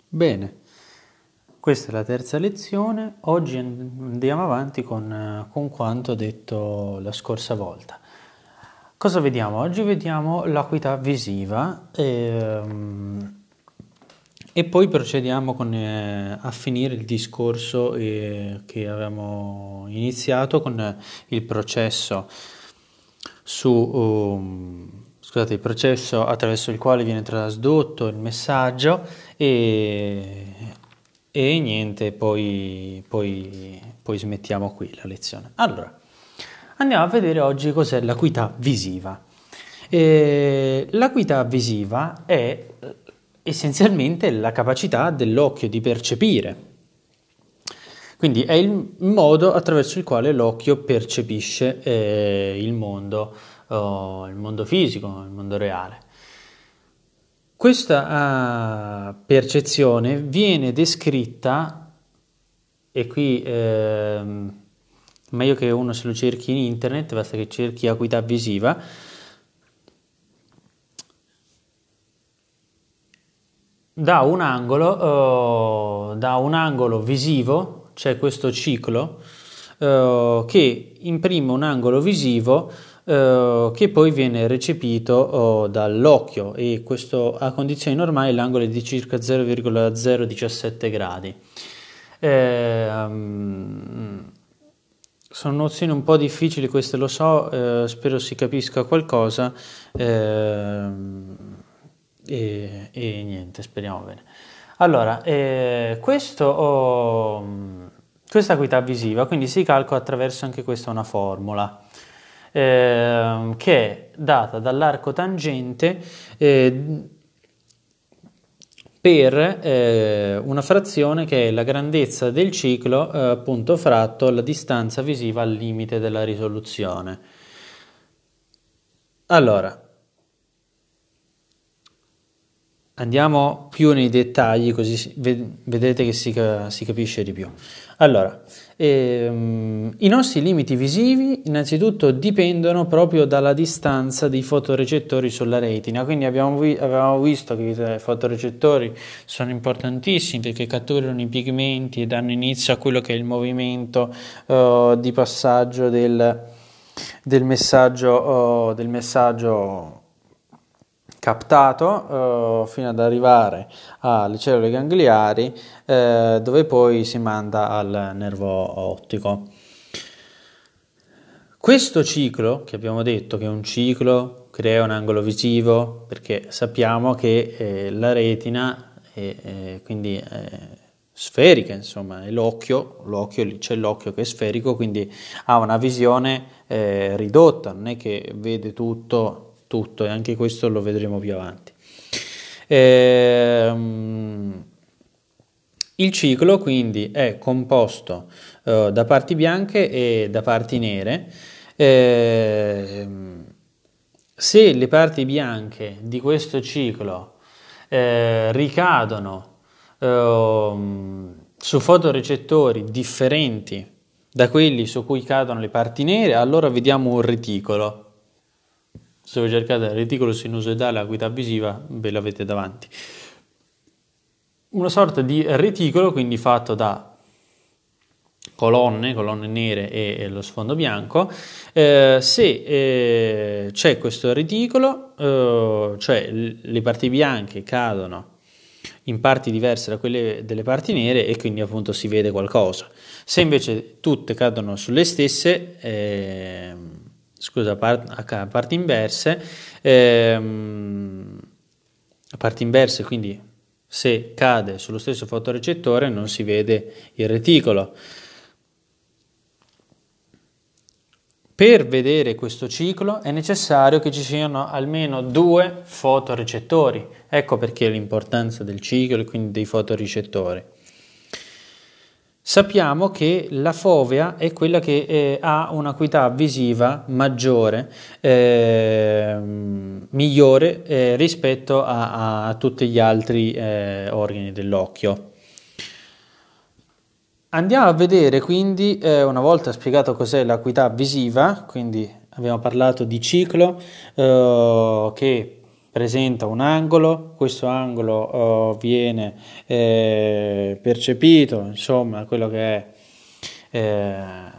Bene, questa è la terza lezione. Oggi andiamo avanti con quanto detto la scorsa volta. Cosa vediamo? Oggi vediamo l'acuità visiva e poi procediamo a finire il discorso che avevamo iniziato con il processo il processo attraverso il quale viene tradotto il messaggio e niente, poi smettiamo qui la lezione. Allora, andiamo a vedere oggi cos'è l'acuità visiva. L'acuità visiva è essenzialmente la capacità dell'occhio di percepire. Quindi è il modo attraverso il quale l'occhio percepisce il mondo fisico, il mondo reale. Questa percezione viene descritta, e qui meglio che uno se lo cerchi in internet, basta che cerchi acuità visiva, da un angolo visivo. C'è questo ciclo che imprime un angolo visivo che poi viene recepito dall'occhio, e questo a condizioni normali l'angolo è di circa 0,017 gradi. Sono nozioni un po' difficili queste, lo so, spero si capisca qualcosa e niente, speriamo bene. Allora, questa acuità visiva quindi si calcola attraverso anche questa una formula che è data dall'arco tangente per una frazione che è la grandezza del ciclo appunto fratto la distanza visiva al limite della risoluzione. Allora, andiamo più nei dettagli così vedrete che si capisce di più. Allora, i nostri limiti visivi innanzitutto dipendono proprio dalla distanza dei fotorecettori sulla retina, quindi avevamo visto che i fotorecettori sono importantissimi perché catturano i pigmenti e danno inizio a quello che è il movimento di passaggio del messaggio captato fino ad arrivare alle cellule gangliari dove poi si manda al nervo ottico. Questo ciclo, che abbiamo detto che è un ciclo, crea un angolo visivo, perché sappiamo che la retina è quindi sferica, insomma, è l'occhio c'è l'occhio che è sferico, quindi ha una visione ridotta, non è che vede tutto, e anche questo lo vedremo più avanti. Il ciclo quindi è composto da parti bianche e da parti nere. Se le parti bianche di questo ciclo ricadono su fotorecettori differenti da quelli su cui cadono le parti nere, allora vediamo un reticolo. Se voi cercate il reticolo sinusoidale acuità visiva, ve l'avete davanti. Una sorta di reticolo, quindi fatto da colonne nere e lo sfondo bianco. Se c'è questo reticolo, cioè le parti bianche cadono in parti diverse da quelle delle parti nere e quindi appunto si vede qualcosa. Se invece tutte cadono sulle stesse, a parti inverse, quindi se cade sullo stesso fotorecettore non si vede il reticolo. Per vedere questo ciclo è necessario che ci siano almeno 2 fotorecettori. Ecco perché l'importanza del ciclo e quindi dei fotorecettori. Sappiamo che la fovea è quella che ha un'acuità visiva maggiore, migliore rispetto a tutti gli altri organi dell'occhio. Andiamo a vedere quindi, una volta spiegato cos'è l'acuità visiva, quindi abbiamo parlato di ciclo che presenta un angolo, questo angolo viene percepito, insomma, quello che è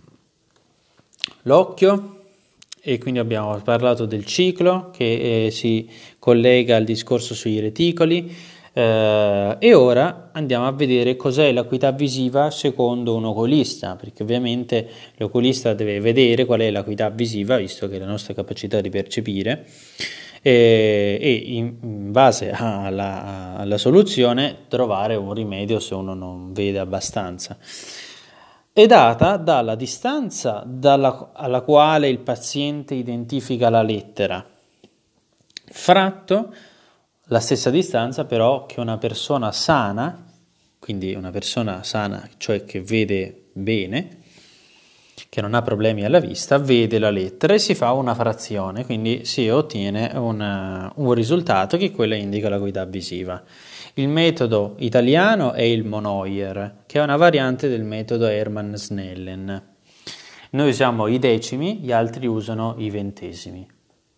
l'occhio, e quindi abbiamo parlato del ciclo che si collega al discorso sui reticoli, e ora andiamo a vedere cos'è l'acuità visiva secondo un oculista, perché ovviamente l'oculista deve vedere qual è l'acuità visiva, visto che è la nostra capacità di percepire, e in base alla soluzione trovare un rimedio se uno non vede abbastanza. È data dalla distanza alla quale il paziente identifica la lettera, fratto la stessa distanza però che una persona sana, quindi una persona sana, cioè che vede bene, che non ha problemi alla vista, vede la lettera e si fa una frazione, quindi si ottiene un risultato che quella indica l'acuità visiva. Il metodo italiano è il Monoyer, che è una variante del metodo Hermann-Snellen. Noi usiamo i decimi, gli altri usano i ventesimi.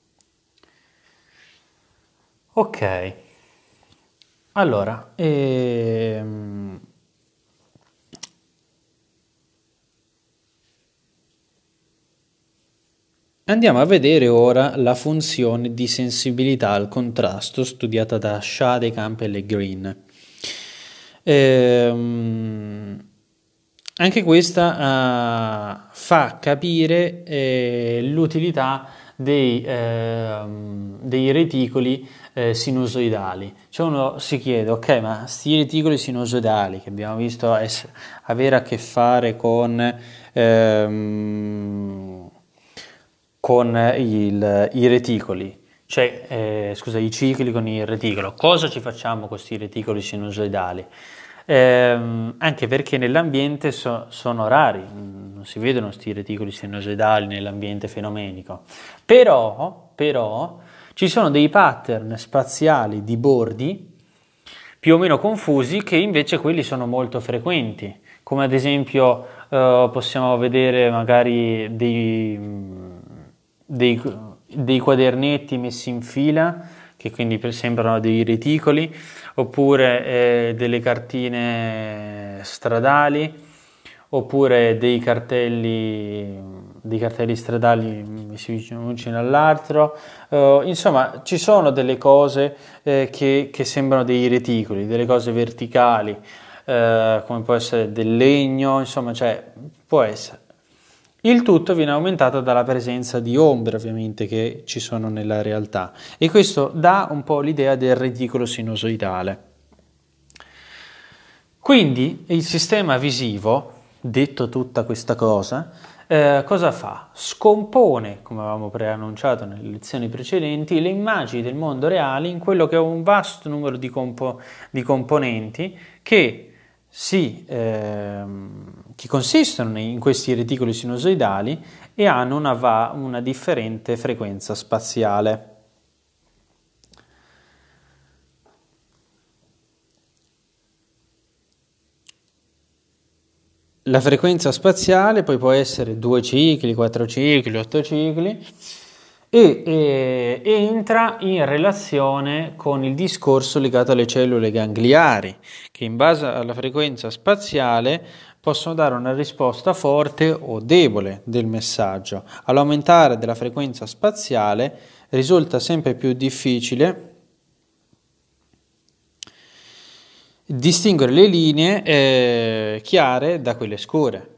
Ok, allora, andiamo a vedere ora la funzione di sensibilità al contrasto studiata da Schade, Campbell e Green. Anche questa fa capire l'utilità dei reticoli sinusoidali. Cioè uno si chiede, ok, ma questi reticoli sinusoidali che abbiamo visto avere a che fare con i reticoli, cioè i cicli con il reticolo, cosa ci facciamo con questi reticoli sinusoidali? Anche perché nell'ambiente sono rari, non si vedono questi reticoli sinusoidali nell'ambiente fenomenico, però ci sono dei pattern spaziali di bordi più o meno confusi che invece quelli sono molto frequenti, come ad esempio possiamo vedere magari dei quadernetti messi in fila che quindi sembrano dei reticoli, oppure delle cartine stradali, oppure dei cartelli stradali messi vicino all'altro. Insomma, ci sono delle cose che sembrano dei reticoli, delle cose verticali, come può essere del legno, insomma, cioè può essere. Il tutto viene aumentato dalla presenza di ombre, ovviamente, che ci sono nella realtà, e questo dà un po' l'idea del reticolo sinusoidale. Quindi il sistema visivo, detto tutta questa cosa, cosa fa? Scompone, come avevamo preannunciato nelle lezioni precedenti, le immagini del mondo reale in quello che è un vasto numero di componenti che consistono in questi reticoli sinusoidali e hanno una differente frequenza spaziale. La frequenza spaziale poi può essere 2 cicli, 4 cicli, 8 cicli e entra in relazione con il discorso legato alle cellule gangliari, che in base alla frequenza spaziale possono dare una risposta forte o debole del messaggio. All'aumentare della frequenza spaziale risulta sempre più difficile distinguere le linee chiare da quelle scure.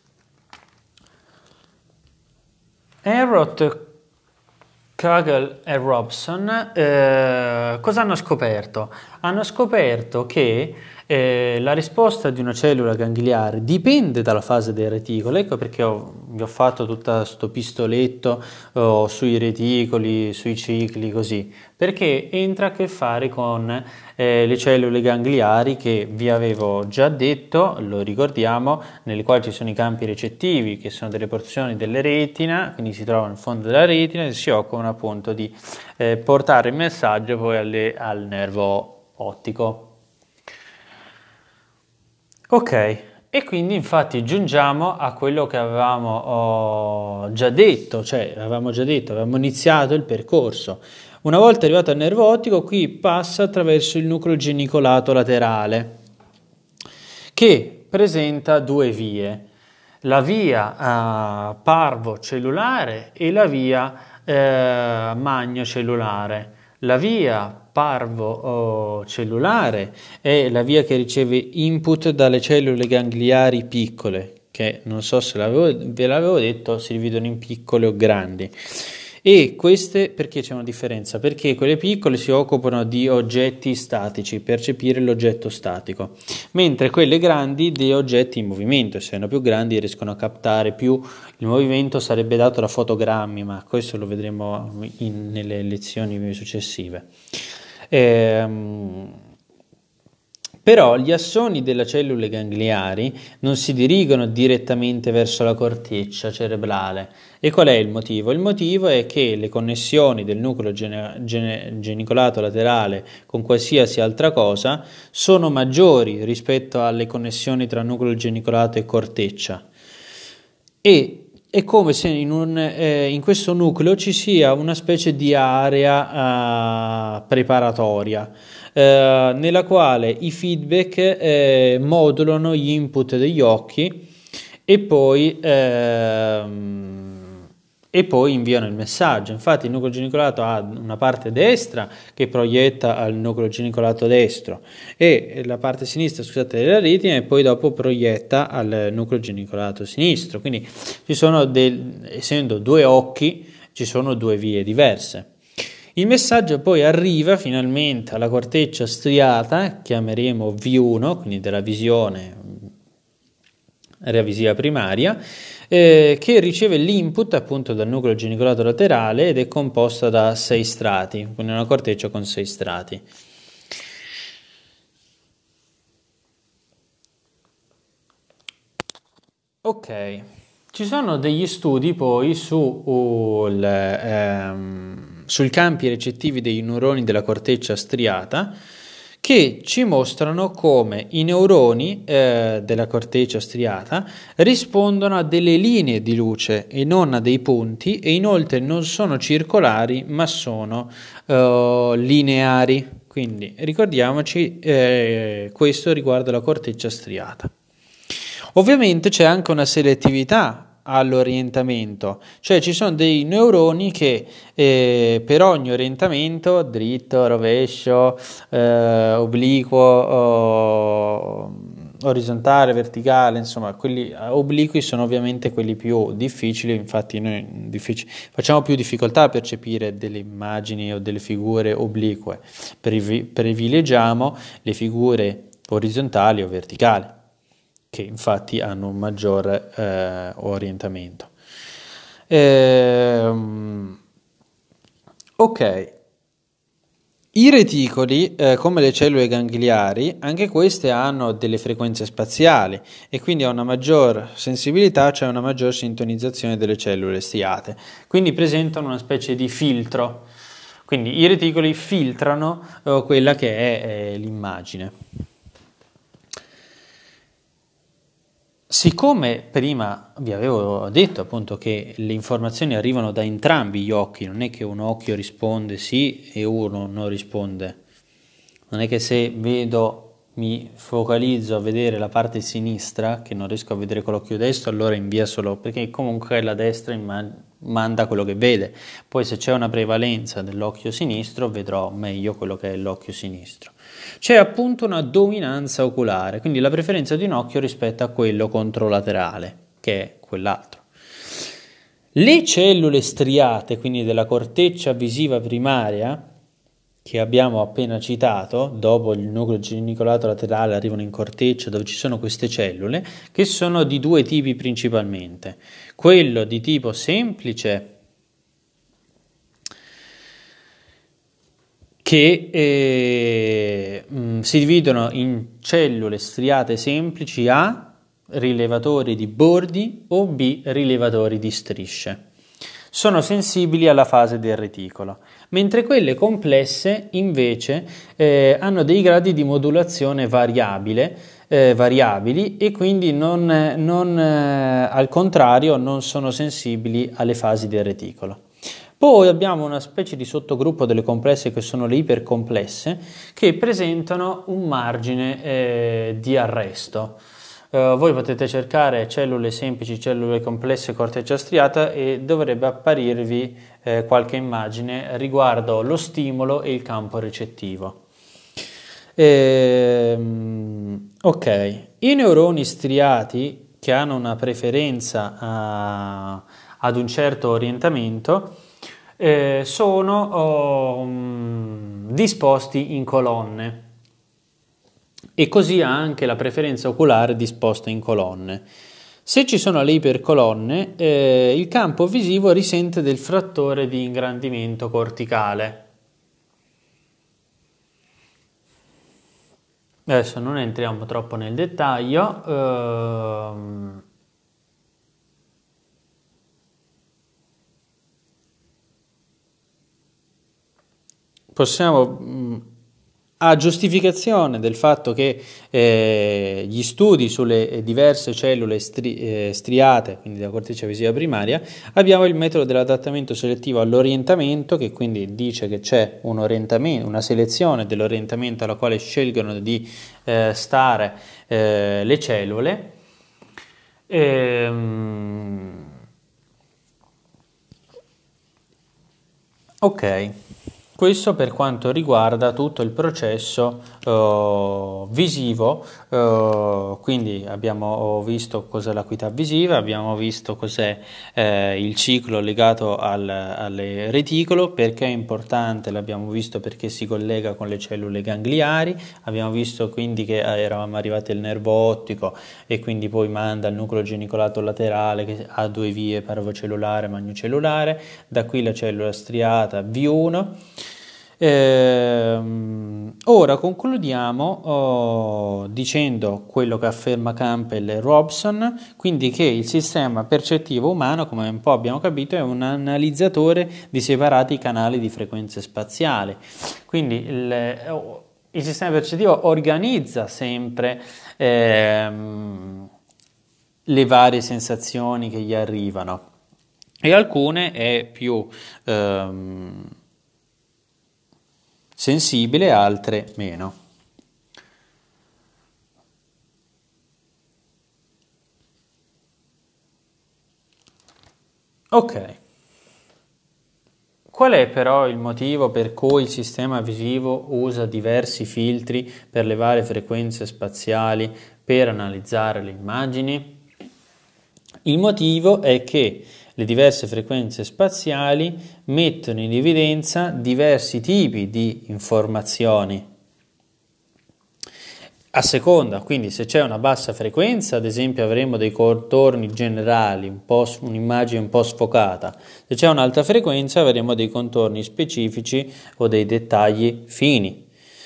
Elrod, Kugel e Robson cosa hanno scoperto? Hanno scoperto che la risposta di una cellula gangliare dipende dalla fase del reticolo. Ecco perché vi ho fatto tutto questo pistoletto sui reticoli, sui cicli, così, perché entra a che fare con le cellule gangliari che vi avevo già detto, lo ricordiamo, nelle quali ci sono i campi recettivi, che sono delle porzioni delle retina, quindi si trovano nel fondo della retina e si occupano appunto di portare il messaggio poi al nervo ottico. Ok, e quindi infatti giungiamo a quello che avevamo già detto, avevamo iniziato il percorso. Una volta arrivato al nervo ottico, qui passa attraverso il nucleo genicolato laterale, che presenta due vie, la via parvocellulare e la via magnocellulare. La via parvocellulare è la via che riceve input dalle cellule gangliari piccole, che non so se ve l'avevo detto, si dividono in piccole o grandi. E queste, perché c'è una differenza? Perché quelle piccole si occupano di oggetti statici, percepire l'oggetto statico, mentre quelle grandi di oggetti in movimento. Essendo più grandi riescono a captare più il movimento, sarebbe dato da fotogrammi, ma questo lo vedremo nelle lezioni successive. Però gli assoni delle cellule gangliari non si dirigono direttamente verso la corteccia cerebrale. E qual è il motivo? Il motivo è che le connessioni del nucleo genicolato laterale con qualsiasi altra cosa sono maggiori rispetto alle connessioni tra nucleo genicolato e corteccia. E è come se in questo nucleo ci sia una specie di area preparatoria, nella quale i feedback modulano gli input degli occhi e poi inviano il messaggio. Infatti il nucleo genicolato ha una parte destra che proietta al nucleo genicolato destro e la parte sinistra, scusate, della retina, e poi dopo proietta al nucleo genicolato sinistro. Quindi ci sono essendo due occhi, ci sono due vie diverse. Il messaggio poi arriva finalmente alla corteccia striata, chiameremo V1, quindi della visione visiva primaria, che riceve l'input appunto dal nucleo genicolato laterale ed è composta da 6 strati, quindi una corteccia con 6 strati. Ok, ci sono degli studi poi sui campi recettivi dei neuroni della corteccia striata, che ci mostrano come i neuroni della corteccia striata rispondono a delle linee di luce e non a dei punti, e inoltre non sono circolari ma sono lineari. Quindi ricordiamoci, questo riguarda la corteccia striata. Ovviamente c'è anche una selettività all'orientamento, cioè ci sono dei neuroni che per ogni orientamento, dritto, rovescio, obliquo, orizzontale, verticale, insomma quelli obliqui sono ovviamente quelli più difficili, infatti noi facciamo più difficoltà a percepire delle immagini o delle figure oblique, privilegiamo le figure orizzontali o verticali, che infatti hanno un maggior orientamento. Ok, i reticoli, come le cellule gangliari, anche queste hanno delle frequenze spaziali e quindi ha una maggior sensibilità, cioè una maggior sintonizzazione delle cellule striate, quindi presentano una specie di filtro, quindi i reticoli filtrano quella che è l'immagine. Siccome prima vi avevo detto appunto che le informazioni arrivano da entrambi gli occhi, non è che un occhio risponde sì e uno non risponde, non è che se mi focalizzo a vedere la parte sinistra che non riesco a vedere con l'occhio destro, allora invia solo, perché comunque la destra manda quello che vede, poi se c'è una prevalenza dell'occhio sinistro vedrò meglio quello che è l'occhio sinistro. C'è appunto una dominanza oculare, quindi la preferenza di un occhio rispetto a quello controlaterale, che è quell'altro. Le cellule striate, quindi della corteccia visiva primaria, che abbiamo appena citato, dopo il nucleo genicolato laterale arrivano in corteccia dove ci sono queste cellule, che sono di due tipi principalmente. Quello di tipo semplice, che si dividono in cellule striate semplici A, rilevatori di bordi, o B, rilevatori di strisce. Sono sensibili alla fase del reticolo, mentre quelle complesse invece hanno dei gradi di modulazione variabili e quindi al contrario non sono sensibili alle fasi del reticolo. Poi abbiamo una specie di sottogruppo delle complesse che sono le ipercomplesse, che presentano un margine di arresto. Voi potete cercare cellule semplici, cellule complesse, corteccia striata e dovrebbe apparirvi qualche immagine riguardo lo stimolo e il campo recettivo. Ok, i neuroni striati che hanno una preferenza ad un certo orientamento sono disposti in colonne e così ha anche la preferenza oculare disposta in colonne. Se ci sono le ipercolonne, il campo visivo risente del fattore di ingrandimento corticale. Adesso non entriamo troppo nel dettaglio. Possiamo, a giustificazione del fatto che gli studi sulle diverse cellule striate, quindi della corteccia visiva primaria, abbiamo il metodo dell'adattamento selettivo all'orientamento, che quindi dice che c'è un orientamento, una selezione dell'orientamento alla quale scelgono di stare le cellule. Ok. Questo per quanto riguarda tutto il processo visivo, quindi abbiamo visto cos'è l'acuità visiva, abbiamo visto cos'è il ciclo legato al reticolo, perché è importante, l'abbiamo visto perché si collega con le cellule gangliari, abbiamo visto quindi che eravamo arrivati al nervo ottico e quindi poi manda il nucleo genicolato laterale che ha due vie, parvocellulare e magnocellulare, da qui la cellula striata V1. Ora concludiamo dicendo quello che afferma Campbell e Robson, quindi che il sistema percettivo umano, come un po' abbiamo capito, è un analizzatore di separati canali di frequenze spaziali. Quindi il sistema percettivo organizza sempre le varie sensazioni che gli arrivano e alcune è più sensibile, altre meno. Ok. Qual è però il motivo per cui il sistema visivo usa diversi filtri per le varie frequenze spaziali per analizzare le immagini? Il motivo è che le diverse frequenze spaziali mettono in evidenza diversi tipi di informazioni. A seconda, quindi se c'è una bassa frequenza, ad esempio avremo dei contorni generali, un'immagine un po' sfocata. Se c'è un'alta frequenza avremo dei contorni specifici o dei dettagli fini.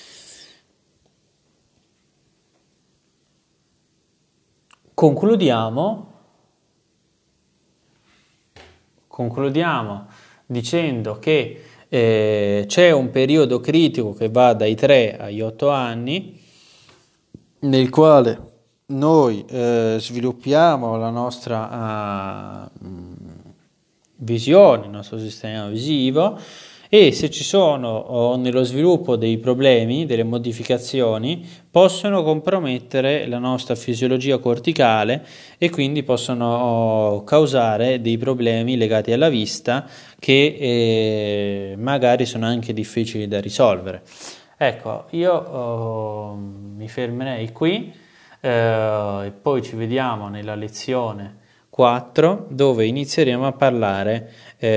Concludiamo dicendo che c'è un periodo critico che va dai 3 agli 8 anni nel quale noi sviluppiamo la nostra visione, il nostro sistema visivo, e se ci sono nello sviluppo dei problemi, delle modificazioni, possono compromettere la nostra fisiologia corticale e quindi possono causare dei problemi legati alla vista che magari sono anche difficili da risolvere. Ecco, io mi fermerei qui e poi ci vediamo nella lezione 4 dove inizieremo a parlare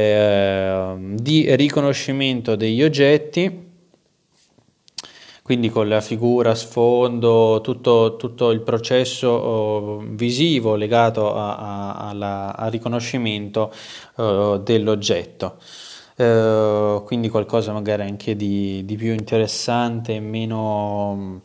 di riconoscimento degli oggetti, quindi con la figura, sfondo, tutto il processo visivo legato al riconoscimento dell'oggetto. Quindi qualcosa magari anche di più interessante e meno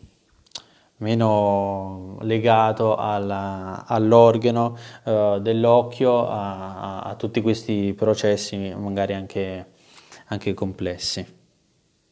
legato all'organo dell'occhio, a tutti questi processi magari anche complessi.